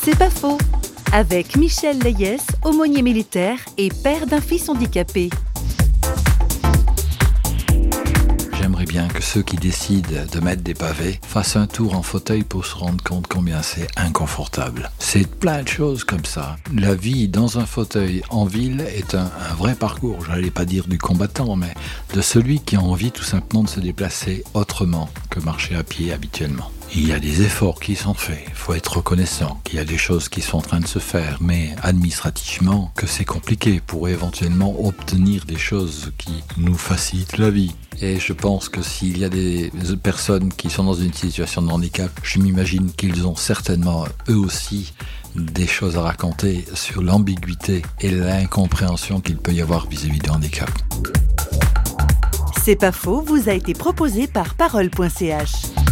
C'est pas faux. Avec Michel Leyès, aumônier militaire et père d'un fils handicapé. J'aimerais bien que ceux qui décident de mettre des pavés fassent un tour en fauteuil pour se rendre compte combien c'est inconfortable. C'est plein de choses comme ça. La vie dans un fauteuil en ville est un vrai parcours, j'allais pas dire du combattant, mais de celui qui a envie tout simplement de se déplacer autrement que marcher à pied habituellement. Il y a des efforts qui sont faits, il faut être reconnaissant qu'il y a des choses qui sont en train de se faire, mais administrativement que c'est compliqué pour éventuellement obtenir des choses qui nous facilitent la vie. Et je pense que s'il y a des personnes qui sont dans une situation de handicap, je m'imagine qu'ils ont certainement eux aussi des choses à raconter sur l'ambiguïté et l'incompréhension qu'il peut y avoir vis-à-vis du handicap. C'est pas faux vous a été proposé par parole.ch.